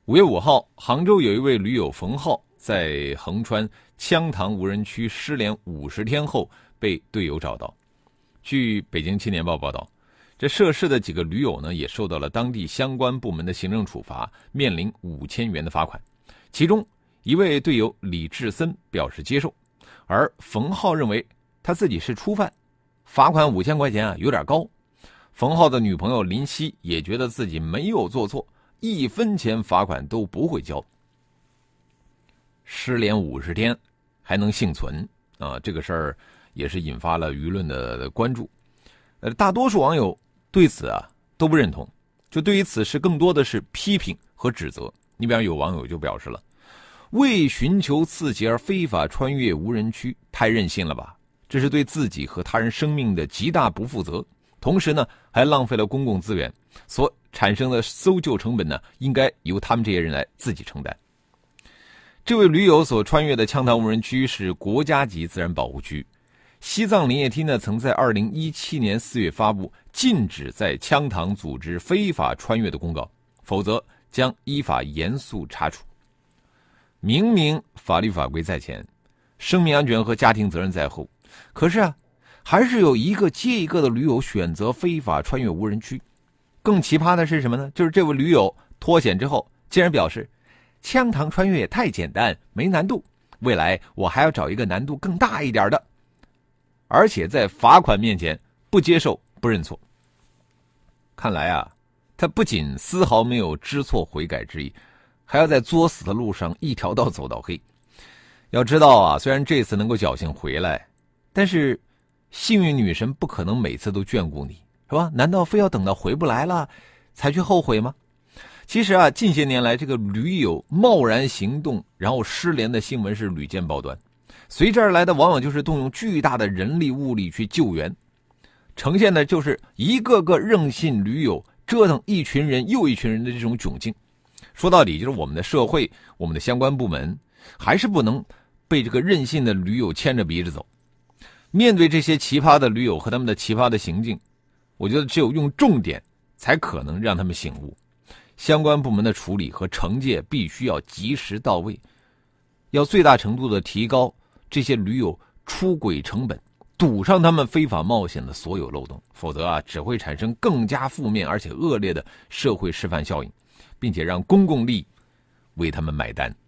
5月5号，杭州有一位驴友冯浩在横川羌塘无人区失联50天后被队友找到。据北京青年报报道，这涉事的几个驴友呢，也受到了当地相关部门的行政处罚，面临5000元的罚款。其中一位队友李志森表示接受，而冯浩认为他自己是初犯，罚款5000块钱有点高。冯浩的女朋友林夕也觉得自己没有做错，1分钱罚款都不会交。失联50天还能幸存这个事儿也是引发了舆论的关注。大多数网友对此都不认同，就对于此事更多的是批评和指责。你比方有网友就表示了，为寻求刺激而非法穿越无人区，太任性了吧，这是对自己和他人生命的极大不负责，同时呢还浪费了公共资源，所产生的搜救成本呢应该由他们这些人来自己承担。这位驴友所穿越的羌塘无人区是国家级自然保护区，西藏林业厅呢曾在2017年4月发布禁止在羌塘组织非法穿越的公告，否则将依法严肃查处。明明法律法规在前，生命安全和家庭责任在后，可是还是有一个接一个的驴友选择非法穿越无人区。更奇葩的是什么呢？就是这位驴友脱险之后竟然表示，羌塘穿越也太简单没难度，未来我还要找一个难度更大一点的，而且在罚款面前不接受不认错。看来他不仅丝毫没有知错悔改之意，还要在作死的路上一条道走到黑。要知道虽然这次能够侥幸回来，但是幸运女神不可能每次都眷顾你，是吧？难道非要等到回不来了才去后悔吗？其实近些年来这个驴友贸然行动然后失联的新闻是屡见报端，随之而来的往往就是动用巨大的人力物力去救援，呈现的就是一个个任性驴友折腾一群人又一群人的这种窘境。说到底就是我们的社会，我们的相关部门还是不能被这个任性的驴友牵着鼻子走。面对这些奇葩的驴友和他们的奇葩的行径，我觉得只有用重点才可能让他们醒悟。相关部门的处理和惩戒必须要及时到位，要最大程度的提高这些驴友出轨成本，堵上他们非法冒险的所有漏洞，否则只会产生更加负面而且恶劣的社会示范效应，并且让公共利益为他们买单。